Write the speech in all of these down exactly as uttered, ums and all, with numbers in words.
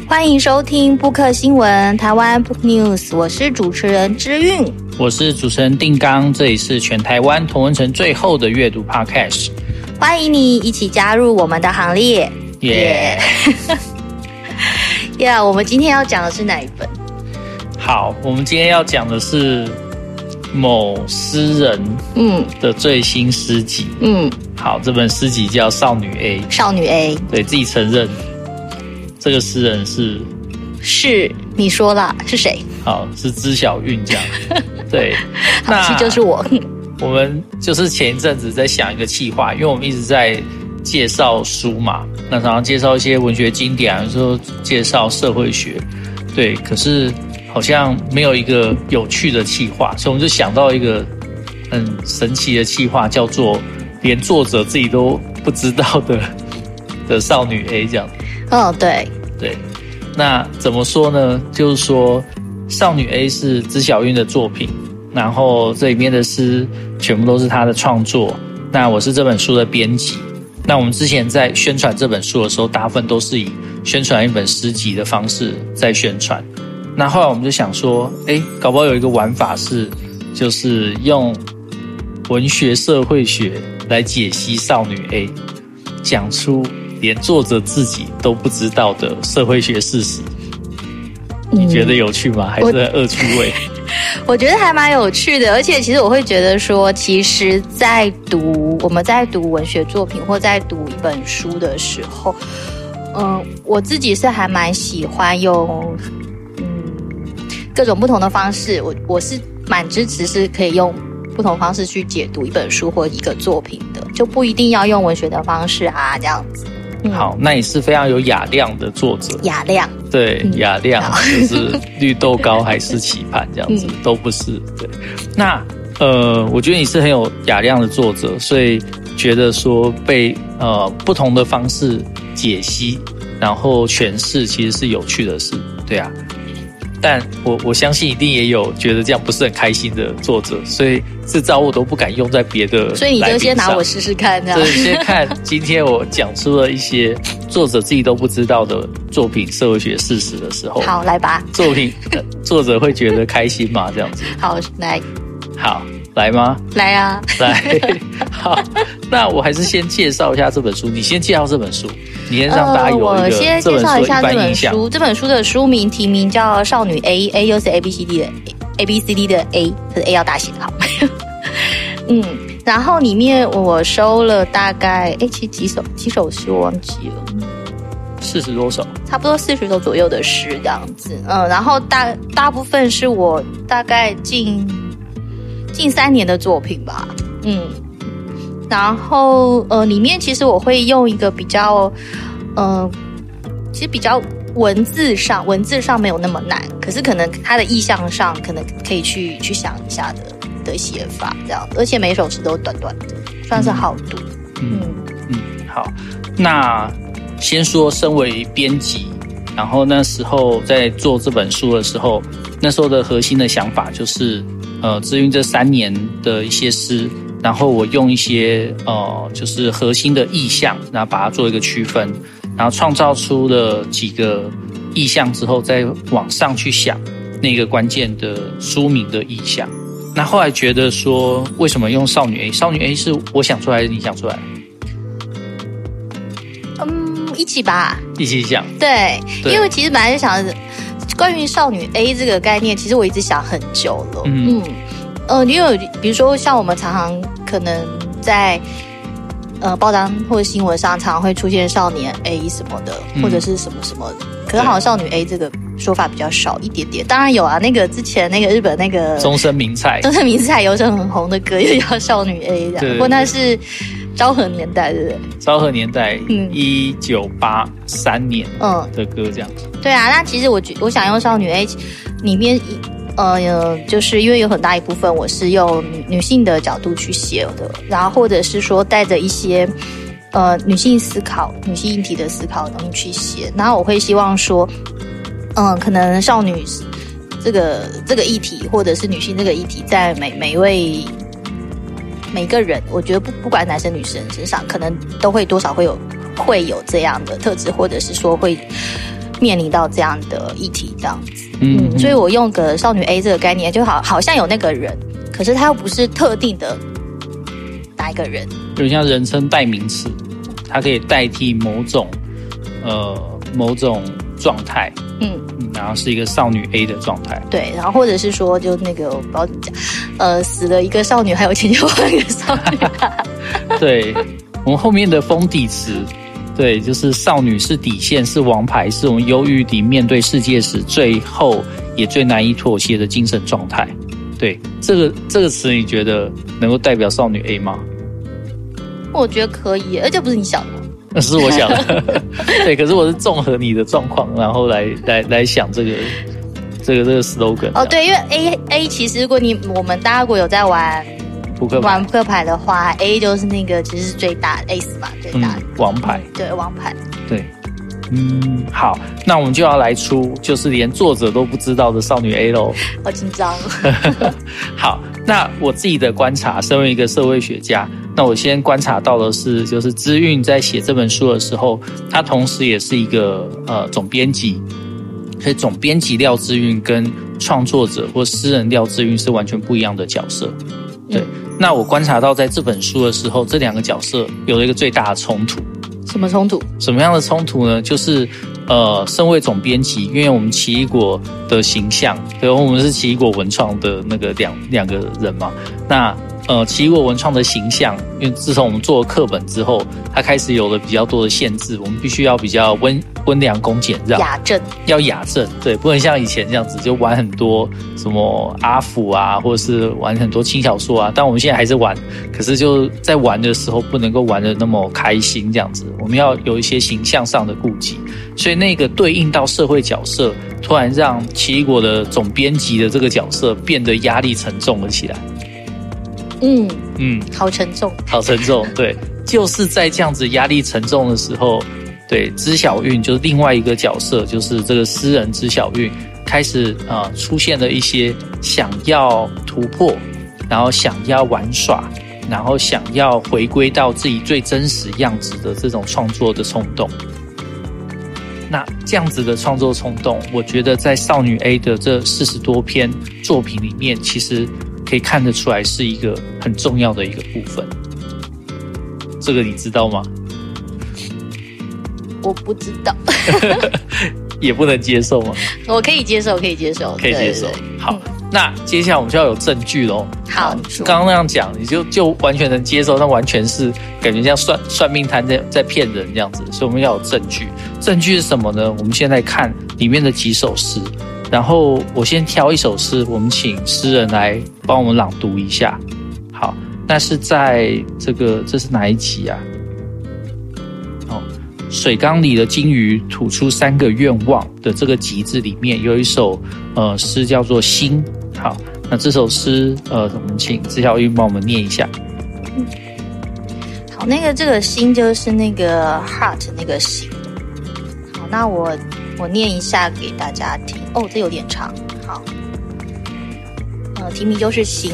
欢迎收听布克新闻台湾 Book News， 我是主持人之韵， 我是主持人定刚，这里是全台湾同温层最后的阅读 Podcast， 欢迎你一起加入我们的行列， 耶！ 呀，我们今天要讲的是哪一本？ 好，我们今天要讲的是某诗人嗯的最新诗集嗯，好，这本诗集叫《少女 A》， 少女 A， 对自己承认。这个诗人是是你说啦，是谁？ 好，是知晓韵这样。对， 那其实就是我。 我们就是前一阵子在想一个企划，因为我们一直在介绍书嘛，那常常介绍一些文学经典，有时候介绍社会学，对，可是好像没有一个有趣的企划，所以我们就想到一个很神奇的企划，叫做连作者自己都不知道的的少女 A 这样。 哦，对对，那怎么说呢？就是说，少女 A 是知晓韵的作品，然后这里面的诗全部都是她的创作。那我是这本书的编辑。那我们之前在宣传这本书的时候，大部分都是以宣传一本诗集的方式在宣传。那后来我们就想说，哎，搞不好有一个玩法是，就是用文学社会学来解析少女 A， 讲出连作者自己都不知道的社会学事实，你觉得有趣吗？还是很恶趣味？ 我觉得还蛮有趣的，而且其实我会觉得说，其实在读我们在读文学作品或在读一本书的时候，嗯，我自己是还蛮喜欢用嗯各种不同的方式，我我是蛮支持是可以用不同方式去解读一本书或一个作品的，就不一定要用文学的方式啊，这样子。 嗯、好，那你是非常有雅量的作者。 雅量， 对，嗯、雅量就是绿豆糕还是棋盘这样子、嗯、都不是。对，那呃，我觉得你是很有雅量的作者，所以觉得说被呃不同的方式解析，然后诠释，其实是有趣的事。对啊。但我我相信一定也有觉得这样不是很开心的作者，所以这招我都不敢用在别的来宾上。所以你就先拿我试试看，这样。 所以先看今天我讲出了一些作者自己都不知道的作品社会学事实的时候， 好，来吧。 作品作者会觉得开心吗？这样子。 好，来。 好，来吗？ 来啊， 来。好，那我还是先介绍一下这本书。你先介绍这本书，你先让大家有一个、呃、 我先介绍一下这本书。这本书的书名题名叫《少女 A》，A 又是 A B C D 的 A B C D 的 A， 可是 A 要大写好。嗯，然后里面我收了大概哎，其实几首几首诗我忘记了， 四十多首， 差不多四十首左右的诗这样子。嗯，然后大大部分是我大概近近三年的作品吧。嗯。然后呃，里面其实我会用一个比较呃，其实比较文字上文字上没有那么难，可是可能它的意象上可能可以去去想一下的的写法这样，而且每首诗都短短的，算是好读。 嗯 嗯, 嗯，好，那先说身为编辑，然后那时候在做这本书的时候，那时候的核心的想法就是呃，至于这三年的一些诗。然后我用一些呃，就是核心的意象，然后把它做一个区分，然后创造出了几个意象之后，再往上去想那个关键的书名的意象。那后来觉得说，为什么用少女 A？ 少女 A 是我想出来还是你想出来？ 嗯，一起吧， 一起想。 对，对，因为其实本来就想关于少女 A 这个概念，其实我一直想很久了。嗯。嗯呃，因为比如说像我们常常可能在呃报章或者新闻上常常会出现少年 A 什么的，嗯、或者是什么什么，可是好像少女 A 这个说法比较少一点点。当然有啊，那个之前那个日本那个终身名菜， 终身名菜有一首很红的歌，又叫少女 A 的，不过那是昭和年代，对不对？ 昭和年代，嗯，一九八三年嗯的歌这样子。 对啊，那其实我觉我想用少女 A 里面。呃，就是因为有很大一部分我是用女女性的角度去写的，然后或者是说带着一些呃女性思考、女性议题的思考的东西去写，然后我会希望说，嗯、呃，可能少女这个这个议题，或者是女性这个议题，在每每一位每个人，我觉得不不管男生女生身上，可能都会多少会有会有这样的特质，或者是说会面临到这样的议题，这样子。 嗯, 嗯，所以我用个少女 A 这个概念，就好好像有那个人，可是他又不是特定的哪一个人， 有点像人称代名词，它可以代替某种呃某种状态。嗯，然后是一个少女 A 的状态。 对，然后或者是说，就那个我不知道怎么讲，呃，死了一个少女，还有钱就换一个少女。 对，我们后面的封底词，对，就是少女是底线，是王牌，是我们忧郁地面对世界时最后也最难以妥协的精神状态。对，这个这个词，你觉得能够代表少女 A 吗？ 我觉得可以，而且不是你想的。 那是我想的，对，可是我是综合你的状况，然后来来来想这个这个这个 slogan。哦， 对，因为 A A 其实如果你我们大家如果有在玩扑克玩扑克牌的话 ，A 就是那个其实是最大的 Ace 嘛，最大的、 嗯、王牌， 对，王牌， 对，嗯，好，那我们就要来出就是连作者都不知道的少女 A 咯。 好紧张。 好，那我自己的观察，身为一个社会学家。那我先观察到的是，就是知韵在写这本书的时候，他同时也是一个呃总编辑，所以总编辑廖知韵跟创作者或诗人廖知韵是完全不一样的角色。对，嗯、那我观察到在这本书的时候，这两个角色有了一个最大的冲突。 什么冲突？ 什么样的冲突呢？就是呃，身为总编辑，因为我们奇异果的形象，对，我们是奇异果文创的那个两两个人嘛，那。呃，奇异果文创的形象，因为自从我们做了课本之后，它开始有了比较多的限制，我们必须要比较温温良恭俭让， 雅正， 要雅正，对，不能像以前这样子就玩很多什么阿福啊，或者是玩很多轻小说啊。但我们现在还是玩，可是就在玩的时候不能够玩得那么开心，这样子，我们要有一些形象上的顾忌，所以那个对应到社会角色，突然让奇异果的总编辑的这个角色变得压力沉重了起来。 嗯嗯，好沉重， 好沉重，对，就是在这样子压力沉重的时候，对，知晓韵就是另外一个角色，就是这个诗人知晓韵开始啊、呃、出现了一些想要突破，然后想要玩耍，然后想要回归到自己最真实样子的这种创作的冲动。那这样子的创作冲动，我觉得在少女 A 的这四十多篇作品里面，其实可以看得出来是一个很重要的一个部分。这个你知道吗？ 我不知道。 也不能接受吗？ 我可以接受，可以接受， 可以接受。 对对对， 好、嗯，那接下来我们就要有证据咯。 好，你说。 刚刚那样讲，你就就完全能接受，那完全是感觉像算算命摊在在骗人这样子，所以我们要有证据。证据是什么呢？我们现在看里面的几首诗，然后我先挑一首诗，我们请诗人来帮我们朗读一下。好，那是在这个这是哪一集啊？哦，水缸里的金鱼吐出三个愿望的这个集子里面有一首呃诗叫做心。好，那这首诗呃我们请知晓韵帮我们念一下。 嗯，好，那个这个心就是那个 heart 那个心。好，那我我念一下给大家听。哦，这有点长。好，呃题名就是心。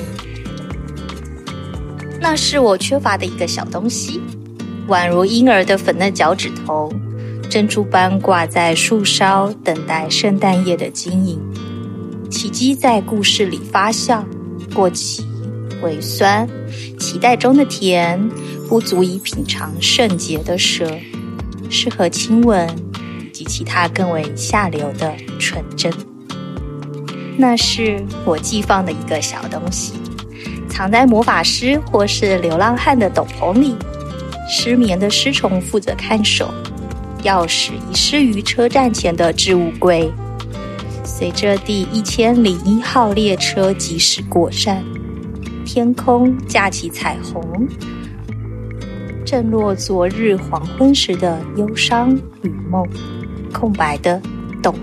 那是我缺乏的一个小东西，宛如婴儿的粉嫩脚趾头，珍珠般挂在树梢，等待圣诞夜的晶莹。奇迹在故事里发酵，过期、微酸，期待中的甜，不足以品尝圣洁的舌，适合亲吻以及其他更为下流的纯真。那是我寄放的一个小东西，藏在魔法师或是流浪汉的斗篷里，失眠的尸虫负责看守，钥匙遗失于车站前的置物柜。随着第一千零一号列车疾驶过站，天空架起彩虹，正落昨日黄昏时的忧伤与梦，空白的洞。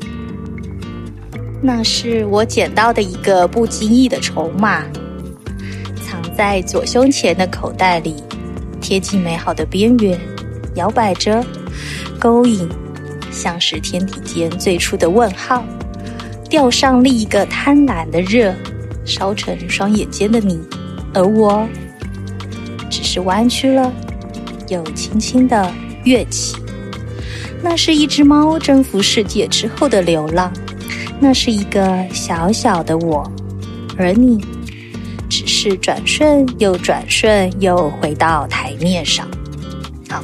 那是我捡到的一个不经意的筹码，藏在左胸前的口袋里，贴近美好的边缘，摇摆着，勾引，像是天体间最初的问号，吊上另一个贪婪的热，烧成双眼间的你，而我只是弯曲了，又轻轻的跃起， 那是一只猫征服世界之后的流浪，那是一个小小的我，而你只是转瞬又转瞬又回到台面上。好，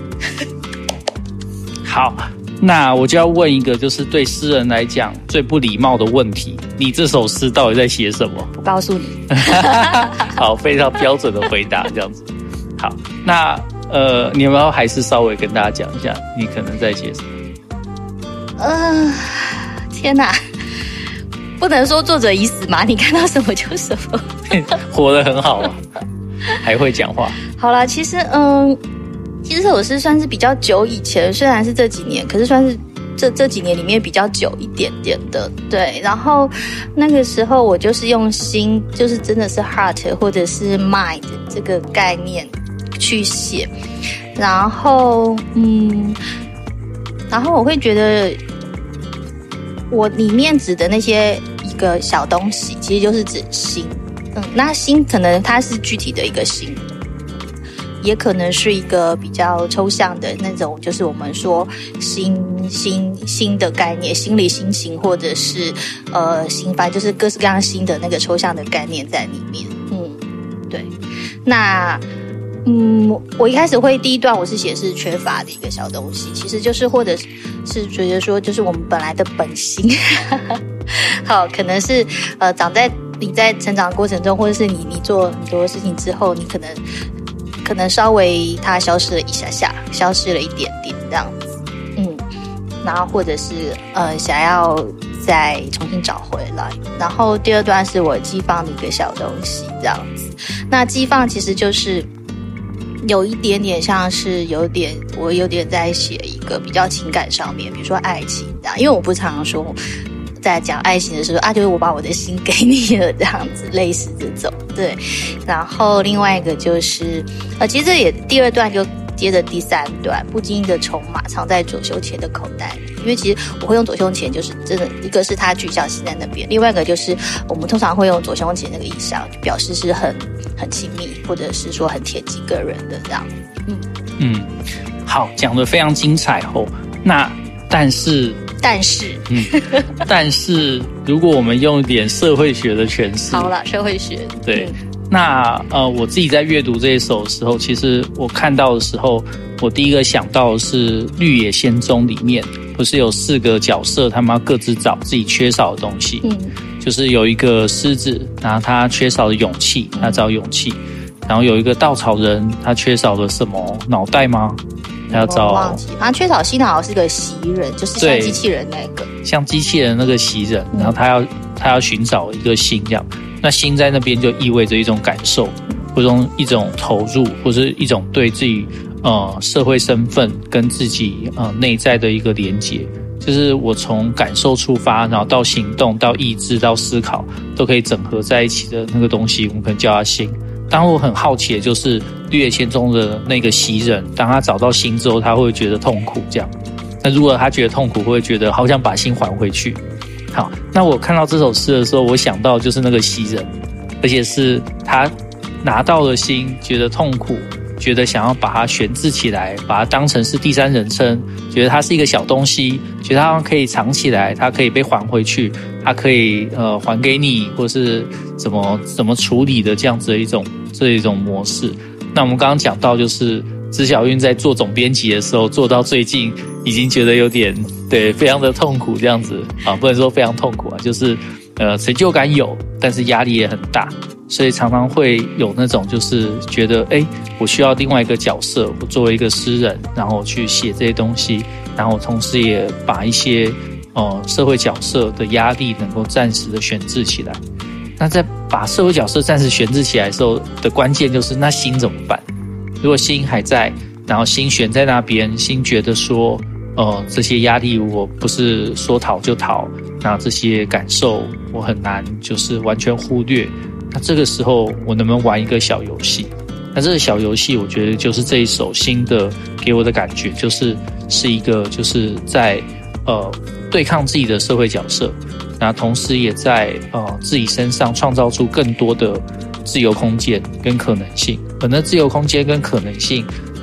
好，那我就要问一个，就是对诗人来讲最不礼貌的问题：你这首诗到底在写什么？ 我告诉你。 好，非常标准的回答，这样子。好，那呃，你有没有还是稍微跟大家讲一下，你可能在写什么？ 呃，天哪，不能说作者已死嘛，你看到什么就什么。 活得很好啊，还会讲话。 好啦，其实嗯，其实这首诗算是比较久以前，虽然是这几年，可是算是这这几年里面比较久一点点的。对，然后那个时候我就是用心，就是真的是 heart 或者是 mind 这个概念去写，然后嗯，然后我会觉得我里面指的那些一个小东西，其实就是指心。嗯，那心可能它是具体的一个心，也可能是一个比较抽象的那种，就是我们说心心心的概念，心理心情，或者是呃心，反正就是各式各样心的那个抽象的概念在里面。嗯，对。那嗯，我一开始会第一段我是写是缺乏的一个小东西，其实就是或者是觉得说，就是我们本来的本心，好，可能是呃长在你在成长的过程中，或者是你你做很多事情之后，你可能可能稍微它消失了一下下，消失了一点点这样子，嗯，然后或者是呃想要再重新找回来。然后第二段是我寄放的一个小东西这样子，那寄放其实就是有一点点像是有点我有点在写一个比较情感上面，比如说爱情这样，因为我不常常说在讲爱情的时候啊，就是我把我的心给你了这样子，类似这种。对，然后另外一个就是呃，其实这也第二段就接着第三段，不经意的筹码藏在左胸前的口袋里。因为其实我会用左胸前，就是真的一个是它具象性在那边，另外一个就是我们通常会用左胸前那个意象，表示是很很亲密，或者是说很贴近个人的这样。嗯嗯，好，讲得非常精彩哦。那但是。 但是， 嗯，但是如果我们用一点社会学的诠释， 好了，社会学， 对，嗯、那呃，我自己在阅读这一首的时候，其实我看到的时候，我第一个想到的是《绿野仙踪》里面，不是有四个角色，他们要各自找自己缺少的东西，嗯，就是有一个狮子，然后他缺少了勇气，他找勇气，然后有一个稻草人，他缺少了什么脑袋吗？他要找， 我忘记，好像缺少心的好像是个袭人，就是像机器人那个， 像机器人那个袭人，然后他要他要寻找一个心，这样，那心在那边就意味着一种感受，或者一种投入，或是一种对自己呃社会身份跟自己呃内在的一个连结，就是我从感受出发，然后到行动，到意志，到思考，都可以整合在一起的那个东西，我们可能叫它心。当我很好奇的就是《绿野仙踪》的那个袭人，当他找到心之后，他会觉得痛苦这样。那如果他觉得痛苦，会觉得好想把心还回去。好，那我看到这首诗的时候，我想到就是那个袭人，而且是他拿到了心，觉得痛苦，觉得想要把它悬置起来，把它当成是第三人称，觉得它是一个小东西，觉得它可以藏起来，它可以被还回去，它可以呃还给你，或是怎么怎么处理的这样子的一种这一种模式。那我们刚刚讲到，就是知晓韵在做总编辑的时候，做到最近已经觉得有点对非常的痛苦这样子啊，不能说非常痛苦啊，就是呃成就感有，但是压力也很大。所以常常会有那种就是觉得诶我需要另外一个角色，我作为一个诗人，然后去写这些东西，然后同时也把一些呃社会角色的压力能够暂时的悬置起来。那在把社会角色暂时悬置起来的时候的关键就是那心怎么办？如果心还在，然后心悬在那边，心觉得说呃这些压力我不是说逃就逃，那这些感受我很难就是完全忽略，那这个时候我能不能玩一个小游戏？那这个小游戏我觉得就是这一首新的给我的感觉，就是是一个就是在呃对抗自己的社会角色，那同时也在呃自己身上创造出更多的自由空间跟可能性。而那自由空间跟可能性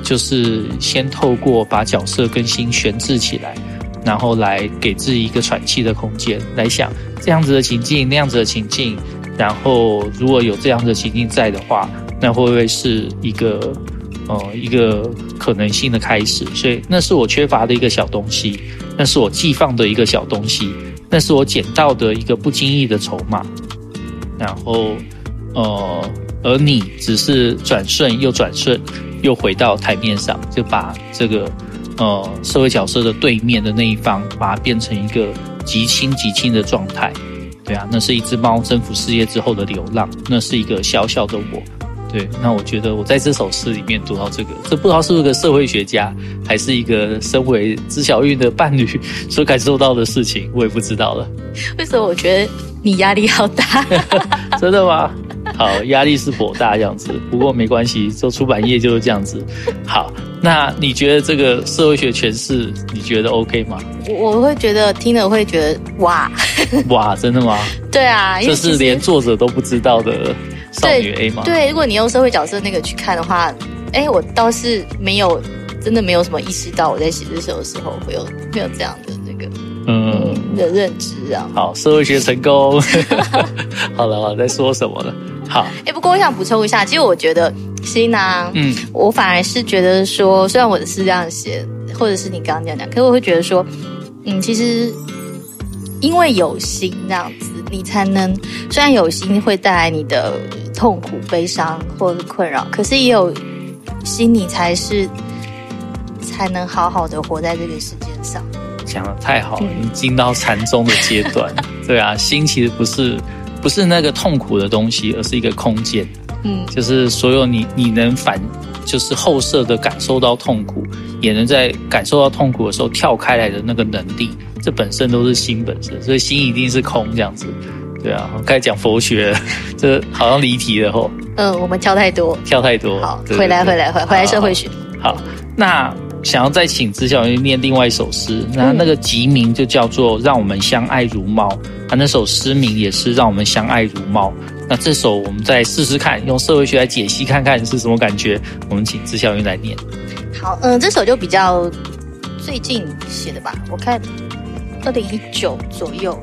就是先透过把角色跟心悬置起来，然后来给自己一个喘气的空间，来想这样子的情境，那样子的情境，然后如果有这样的情境在的话，那会不会是一个呃一个可能性的开始？所以那是我缺乏的一个小东西，那是我寄放的一个小东西，那是我捡到的一个不经意的筹码。然后呃，而你只是转瞬又转瞬，又回到台面上，就把这个呃社会角色的对面的那一方，把它变成一个极轻极轻的状态。对啊，那是一只猫征服世界之后的流浪，那是一个小小的我。对，那我觉得我在这首诗里面读到这个，这不知道是不是个社会学家，还是一个身为知晓韵的伴侣所感受到的事情，我也不知道了。 为什么我觉得你压力好大？ 真的吗？好，压力是颇大这样子，不过没关系，做出版业就是这样子。好，那你觉得这个社会学诠释，你觉得 OK 吗？ 我我会觉得听了会觉得哇哇，真的吗？ 对啊，因为这是连作者都不知道的少女 A 吗？ 对，如果你用社会角色那个去看的话，哎，我倒是没有，真的没有什么意识到我在写这首的时候会有会有这样的那个嗯的认知啊。 好，社会学成功。好了，我在说什么了？好， 哎，不过我想补充一下，其实我觉得心啊，嗯，我反而是觉得说，虽然我是这样写，或者是你刚刚这样讲，可是我会觉得说，嗯，其实因为有心这样子，你才能，虽然有心会带来你的痛苦、悲伤或者困扰，可是也有心，你才是才能好好的活在这个世界上。 讲得太好了，你进到禅宗的阶段。对啊，心其实不是不是那个痛苦的东西，而是一个空间。嗯，就是所有你你能反，就是后设的感受到痛苦，也能在感受到痛苦的时候跳开来的那个能力，这本身都是心本身，所以心一定是空这样子。对啊，该讲佛学了，这好像离题了吼。 嗯，我们跳太多， 跳太多。 好， 对对对， 回来回来回来回来社会学。 好，那想要再请知晓韵念另外一首诗，那那个集名就叫做《让我们相爱如猫》，他那首诗名也是《让我们相爱如猫》。那这首我们再试试看，用社会学来解析看看是什么感觉。我们请知晓韵来念。 好，嗯，这首就比较最近写的吧，我看二零一九左右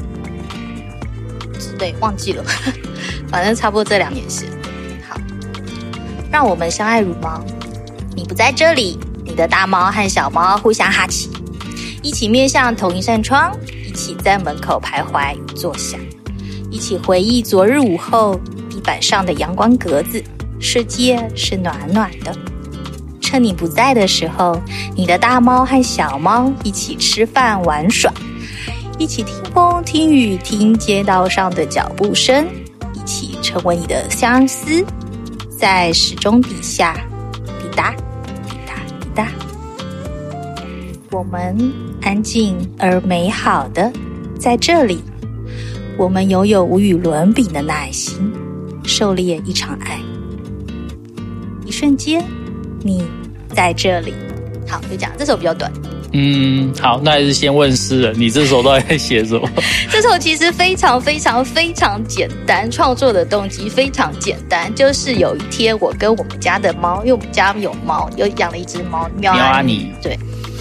之类，忘记了，反正差不多这两年写的。好，让我们相爱如猫。你不在这里，你的大猫和小猫互相哈气，一起面向同一扇窗，一起在门口徘徊与坐下，一起回忆昨日午后地板上的阳光格子，世界是暖暖的。趁你不在的时候，你的大猫和小猫一起吃饭玩耍，一起听风听雨听街道上的脚步声，一起成为你的相思，在时钟底下滴答滴答滴答。我们安静而美好的在这里，我们拥有无与伦比的耐心，狩猎一场爱。一瞬间，你在这里。好，就讲这首比较短。 嗯，好，那还是先问诗人，你这首到底在写什么？ 这首其实非常非常非常简单，创作的动机非常简单，就是有一天我跟我们家的猫，因为我们家有猫，有养了一只猫，喵阿尼。对，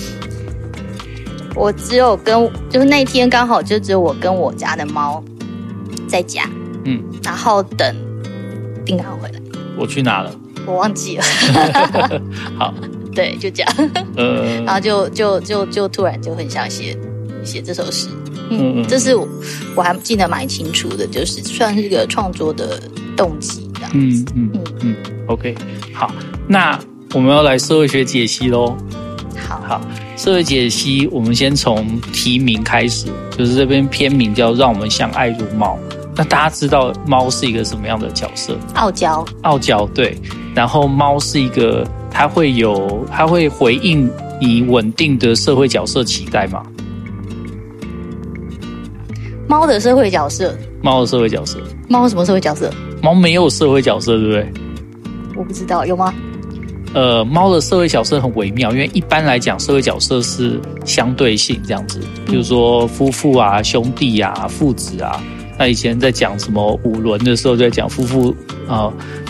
我只有跟，就是那天刚好就只有我跟我家的猫在家，嗯，然后等丁浩回来。 我去哪了？ 我忘记了。 好。 对，就这样，呃，然后就就就就突然就很想写写这首诗，嗯嗯，这是我我还记得蛮清楚的，就是算是一个创作的动机这样子， 嗯嗯嗯 ，OK， 好，那我们要来社会学解析咯。 好， 好，社会解析，我们先从题名开始，就是这边篇名叫《让我们相爱如猫》。那大家知道猫是一个什么样的角色？ 傲娇， 傲娇，对。然后猫是一个，它会有，它会回应你稳定的社会角色期待吗？ 猫的社会角色， 猫的社会角色， 猫有什么社会角色？ 猫没有社会角色，对不对？ 我不知道，有吗？ 呃，猫的社会角色很微妙，因为一般来讲，社会角色是相对性这样子，比如说夫妇啊、兄弟啊、父子啊。那以前在讲什么五伦的时候，就在讲夫妇啊、呃、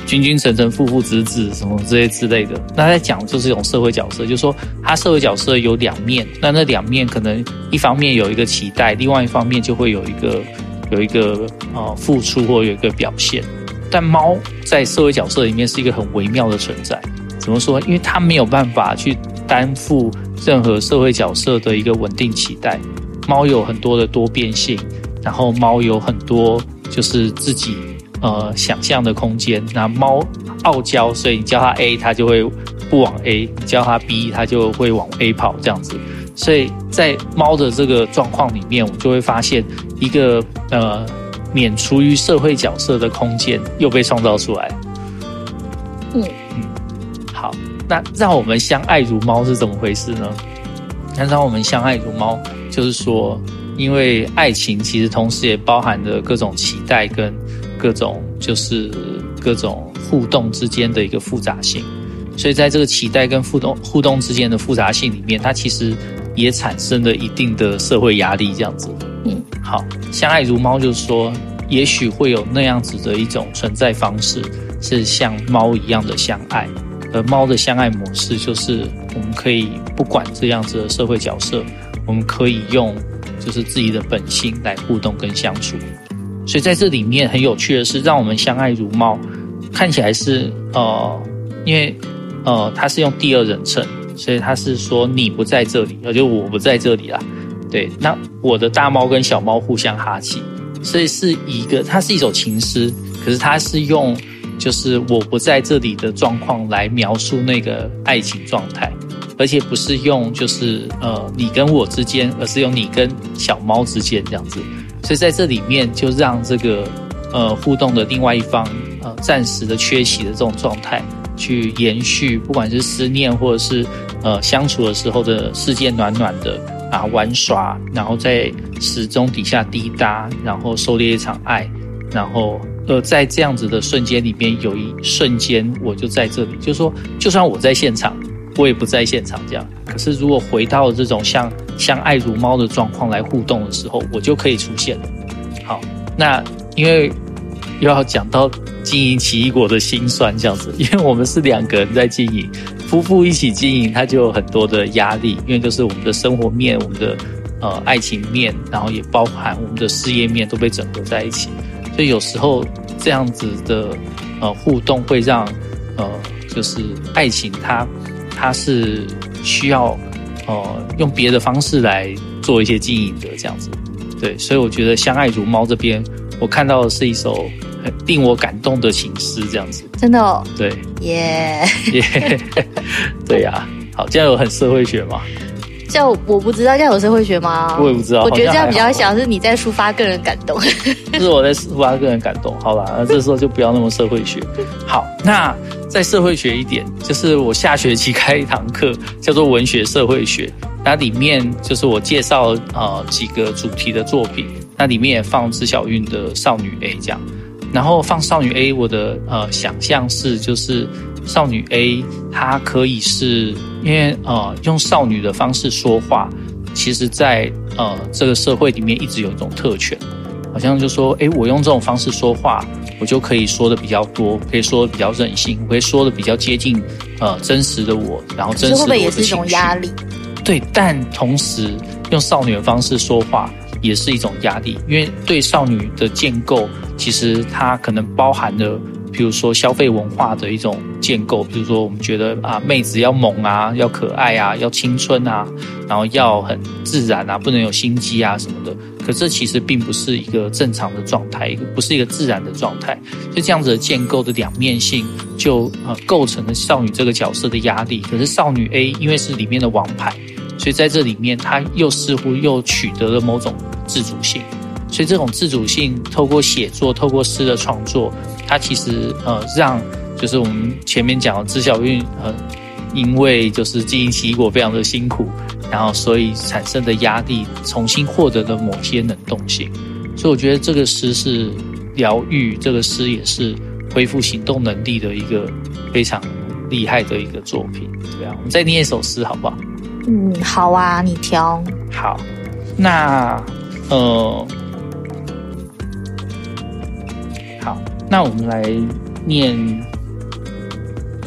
君君臣臣父父子子什么这些之类的。那在讲就是一种社会角色，就是说他社会角色有两面，那那两面可能一方面有一个期待，另外一方面就会有一个有一个呃付出或有一个表现。但猫在社会角色里面是一个很微妙的存在，怎么说？因为它没有办法去担负任何社会角色的一个稳定期待。猫有很多的多变性，然后猫有很多就是自己呃想象的空间。那猫傲娇，所以你叫它 A， 它就会不往 A； 你叫它 B， 它就会往 A 跑这样子。所以在猫的这个状况里面，我就会发现一个呃。免除于社会角色的空间又被创造出来。 嗯嗯，好，那让我们相爱如猫是怎么回事呢？那让我们相爱如猫，就是说，因为爱情其实同时也包含着各种期待跟各种就是各种互动之间的一个复杂性，所以在这个期待跟互动互动之间的复杂性里面，它其实也产生了一定的社会压力，这样子。 嗯， 好，相爱如猫就是说，也许会有那样子的一种存在方式，是像猫一样的相爱。而猫的相爱模式就是，我们可以不管这样子的社会角色，我们可以用就是自己的本性来互动跟相处。所以在这里面很有趣的是，让我们相爱如猫，看起来是呃，因为呃，它是用第二人称，所以它是说你不在这里，也就我不在这里啦。对，那我的大猫跟小猫互相哈气，所以是一个，它是一首情诗，可是它是用就是我不在这里的状况来描述那个爱情状态，而且不是用就是呃你跟我之间，而是用你跟小猫之间这样子。所以在这里面就让这个呃互动的另外一方呃暂时的缺席的这种状态去延续，不管是思念或者是呃相处的时候的世界暖暖的。啊，玩耍，然后在时钟底下滴答，然后狩猎一场爱，然后呃，在这样子的瞬间里面，有一瞬间我就在这里，就是说，就算我在现场，我也不在现场这样。可是如果回到这种像相爱如猫的状况来互动的时候，我就可以出现了。好，那因为又要讲到经营奇异果的辛酸这样子，因为我们是两个人在经营。夫妇一起经营，它就有很多的压力，因为就是我们的生活面、我们的呃爱情面，然后也包含我们的事业面都被整合在一起，所以有时候这样子的呃互动会让呃就是爱情它它是需要呃用别的方式来做一些经营的这样子，对，所以我觉得相爱如猫这边，我看到的是一首很令我感动的情诗这样子。 真的哦， 对， 耶耶，对呀、啊，好，这样有很社会学吗？ 这样我不知道，这样有社会学吗？ 我也不知道， 我觉得这样比较像是你在抒发个人感动， 是我在抒发个人感动。好啦，那这时候就不要那么社会学。好，那再社会学一点，就是我下学期开一堂课，叫做文学社会学，那里面就是我介绍呃几个主题的作品，那里面也放知晓韵的少女 A 这样。然后放少女 A， 我的呃想象是就是少女 A， 她可以是因为呃用少女的方式说话，其实在呃这个社会里面一直有一种特权，好像就说，诶，我用这种方式说话，我就可以说的比较多，可以说的比较任性，我可以说的比较接近呃真实的我，然后真实的我的情绪。会不会也是一种压力？对，但同时用少女的方式说话也是一种压力，因为对少女的建构，其实它可能包含了比如说消费文化的一种建构，比如说我们觉得啊，妹子要萌啊，要可爱啊，要青春啊，然后要很自然啊，不能有心机啊什么的。可这其实并不是一个正常的状态，一个不是一个自然的状态。所以这样子的建构的两面性，就呃构成了少女这个角色的压力。可是少女 A 因为是里面的王牌，所以在这里面她又似乎又取得了某种自主性。所以这种自主性透过写作，透过诗的创作，它其实呃让就是我们前面讲的知晓韵呃因为就是经营奇异果非常的辛苦，然后所以产生的压力重新获得了某些能动性。所以我觉得这个诗是疗愈，这个诗也是恢复行动能力的一个非常厉害的一个作品。对啊，我们再念一首诗好不好？ 嗯，好啊，你挑。 好，那呃好，那我们来念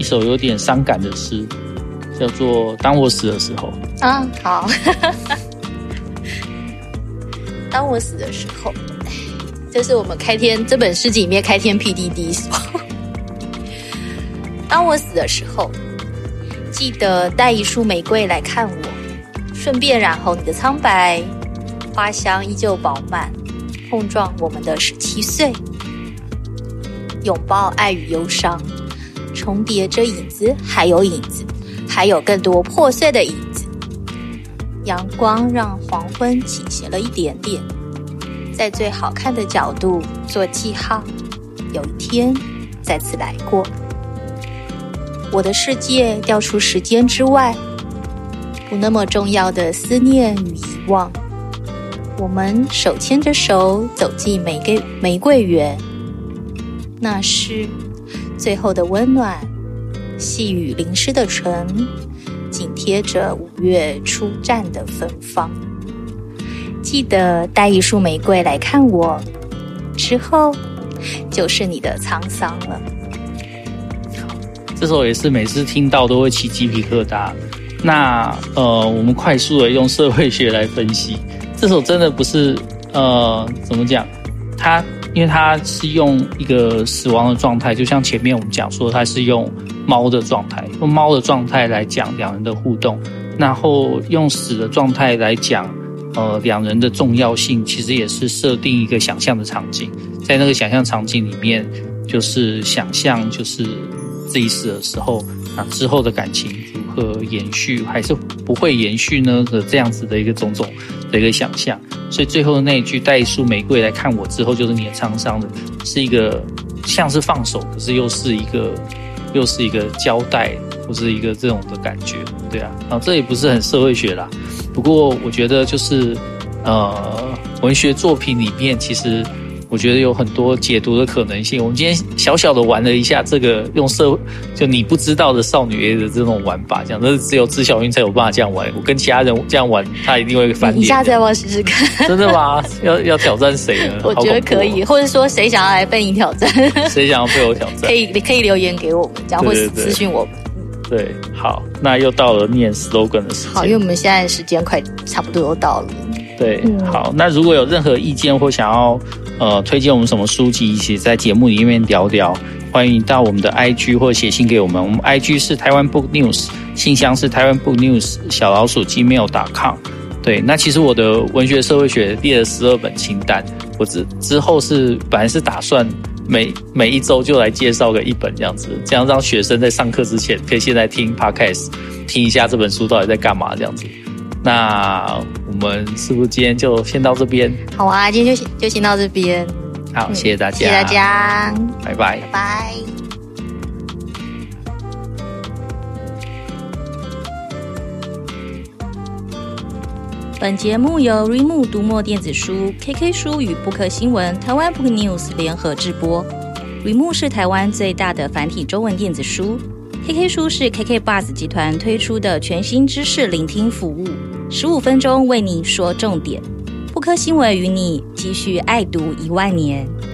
一首有点伤感的诗，叫做《当我死的时候》。 啊，好。当我死的时候，这是我们开天这本诗集里面开天辟地第一首。当我死的时候，记得带一束玫瑰来看我，顺便染红你的苍白，花香依旧饱满，碰撞我们的十七岁，拥抱爱与忧伤，重叠着影子，还有影子，还有更多破碎的影子。阳光让黄昏倾斜了一点点，在最好看的角度做记号，有一天再次来过。我的世界掉出时间之外，不那么重要的思念与遗忘。我们手牵着手走进玫瑰玫瑰园，那是最后的温暖，细雨淋湿的唇，紧贴着五月初绽的芬芳。记得带一束玫瑰来看我，之后就是你的沧桑了。 这首也是每次听到都会起鸡皮疙瘩。那呃，我们快速的用社会学来分析，这首真的不是呃怎么讲？它因为它是用一个死亡的状态，就像前面我们讲说，它是用猫的状态，用猫的状态来讲两人的互动，然后用死的状态来讲呃两人的重要性，其实也是设定一个想象的场景，在那个想象场景里面，就是想象就是自己死的时候，那之后的感情如何延续，还是不会延续呢？的这样子的一个种种的一个想象。所以最后的那一句带一束玫瑰来看我，之后就是你的沧桑的，是一个像是放手，可是又是一个又是一个交代，或是一个这种的感觉，对啊。然后这也不是很社会学啦，不过我觉得就是呃文学作品里面其实。我觉得有很多解读的可能性。我们今天小小的玩了一下这个用社就你不知道的少女 A 的这种玩法，这样，这是只有知晓云才有办法这样玩。我跟其他人这样玩，他一定会翻脸。 你下次要不要试试看？ 真的吗？要要挑战谁呢？ 我觉得可以，或者说谁想要来被你挑战？ 谁想要被我挑战？ 可以，你可以留言给我们，这样或是私讯我们。 对，好，那又到了念 slogan 的时间。 好，因为我们现在时间快差不多又到了。 对，嗯、好，那如果有任何意见或想要呃推荐我们什么书籍，一起在节目里面聊聊，欢迎到我们的 I G 或写信给我们。我们 I G 是台湾 Book News， 信箱是台湾 Book News 小老鼠 gmail 点 com。对，那其实我的文学社会学列了十二本清单，我之之后是本来是打算每每一周就来介绍个一本这样子，这样让学生在上课之前可以先来听 podcast， 听一下这本书到底在干嘛这样子。那我们是不是今天就先到这边？ 好啊，今天就就先到这边。 好，嗯、谢谢大家， 谢谢大家， 拜拜， 拜拜。本节目由 Readmoo 读墨电子书、K K 书与布克新闻、台湾 Book News 联合制播。Readmoo 是台湾最大的繁体中文电子书。K K 书是 K K Bus 集团推出的全新知识聆听服务，十五分钟为你说重点。布克新闻与你继续爱读一万年。